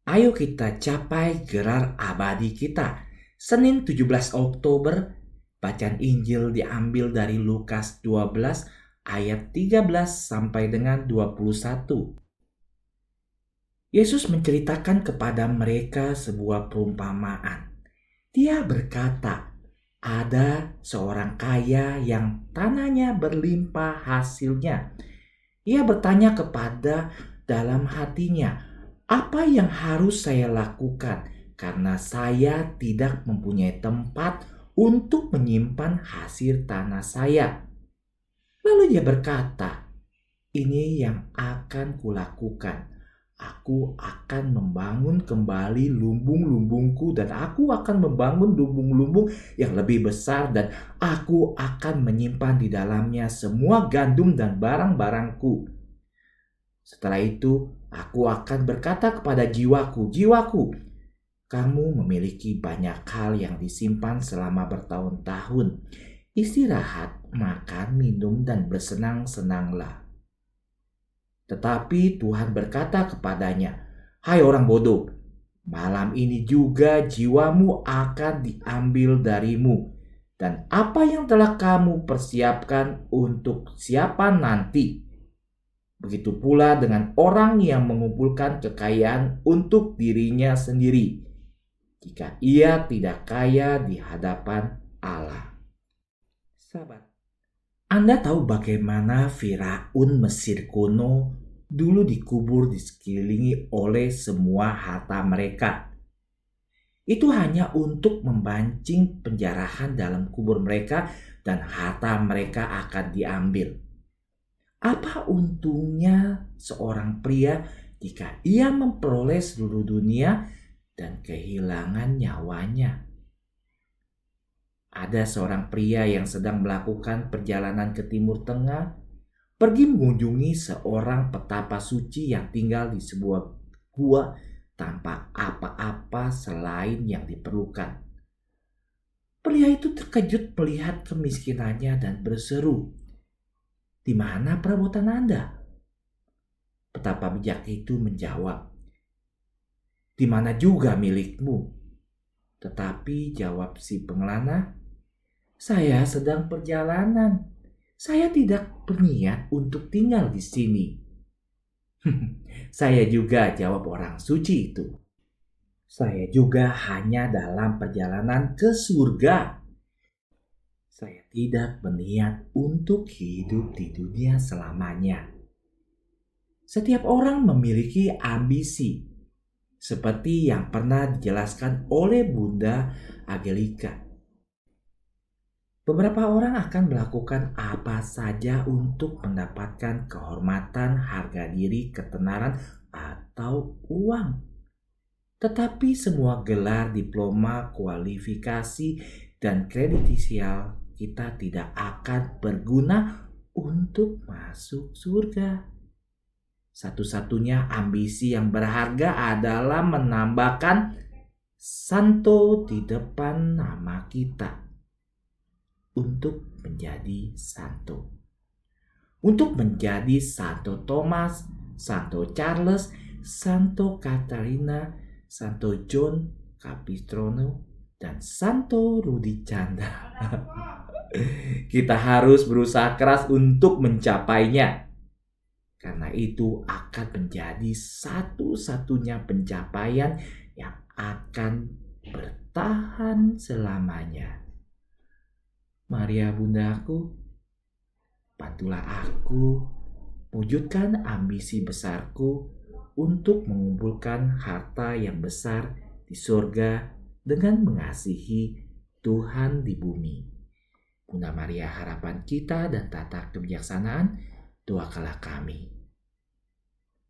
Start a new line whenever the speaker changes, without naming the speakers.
Ayo kita capai gelar abadi kita. Senin 17 Oktober, bacaan Injil diambil dari Lukas 12 ayat 13 sampai dengan 21. Yesus menceritakan kepada mereka sebuah perumpamaan. Dia berkata, ada seorang kaya yang tanahnya berlimpah hasilnya. Ia bertanya kepada dalam hatinya, apa yang harus saya lakukan karena saya tidak mempunyai tempat untuk menyimpan hasil tanah saya? Lalu ia berkata, ini yang akan kulakukan. Aku akan membangun kembali lumbung-lumbungku dan aku akan membangun lumbung-lumbung yang lebih besar dan aku akan menyimpan di dalamnya semua gandum dan barang-barangku. Setelah itu, aku akan berkata kepada jiwaku, jiwaku, kamu memiliki banyak hal yang disimpan selama bertahun-tahun. Istirahat, makan, minum, dan bersenang-senanglah. Tetapi Tuhan berkata kepadanya, hai orang bodoh, malam ini juga jiwamu akan diambil darimu. Dan apa yang telah kamu persiapkan untuk siapa nanti? Begitu pula dengan orang yang mengumpulkan kekayaan untuk dirinya sendiri, jika ia tidak kaya di hadapan Allah. Sahabat, Anda tahu bagaimana Firaun Mesir kuno dulu dikubur di sekelilingi oleh semua harta mereka. Itu hanya untuk membancing penjarahan dalam kubur mereka dan harta mereka akan diambil. Apa untungnya seorang pria jika ia memperoleh seluruh dunia dan kehilangan nyawanya? Ada seorang pria yang sedang melakukan perjalanan ke Timur Tengah, pergi mengunjungi seorang petapa suci yang tinggal di sebuah gua tanpa apa-apa selain yang diperlukan. Pria itu terkejut melihat kemiskinannya dan berseru, "Di mana perabotan Anda?" Petapa bijak itu menjawab, "Di mana juga milikmu?" Tetapi jawab si pengelana, "Saya sedang perjalanan. Saya tidak berniat untuk tinggal di sini." "Saya juga," jawab orang suci itu. "Saya juga hanya dalam perjalanan ke surga. Saya tidak berniat untuk hidup di dunia selamanya." Setiap orang memiliki ambisi, seperti yang pernah dijelaskan oleh Bunda Angelika. Beberapa orang akan melakukan apa saja untuk mendapatkan kehormatan, harga diri, ketenaran, atau uang. Tetapi semua gelar, diploma, kualifikasi, dan kreditensial kita tidak akan berguna untuk masuk surga. Satu-satunya ambisi yang berharga adalah menambahkan santo di depan nama kita. Untuk menjadi santo. Untuk menjadi Santo Thomas, Santo Charles, Santo Katarina, Santo John Capistrano, dan Santo Rudi Chandra. Kita harus berusaha keras untuk mencapainya. Karena itu akan menjadi satu-satunya pencapaian yang akan bertahan selamanya. Maria Bundaku, bantulah aku wujudkan ambisi besarku untuk mengumpulkan harta yang besar di surga dengan mengasihi Tuhan di bumi. Bunda Maria harapan kita dan tata kebijaksanaan, doakanlah kami.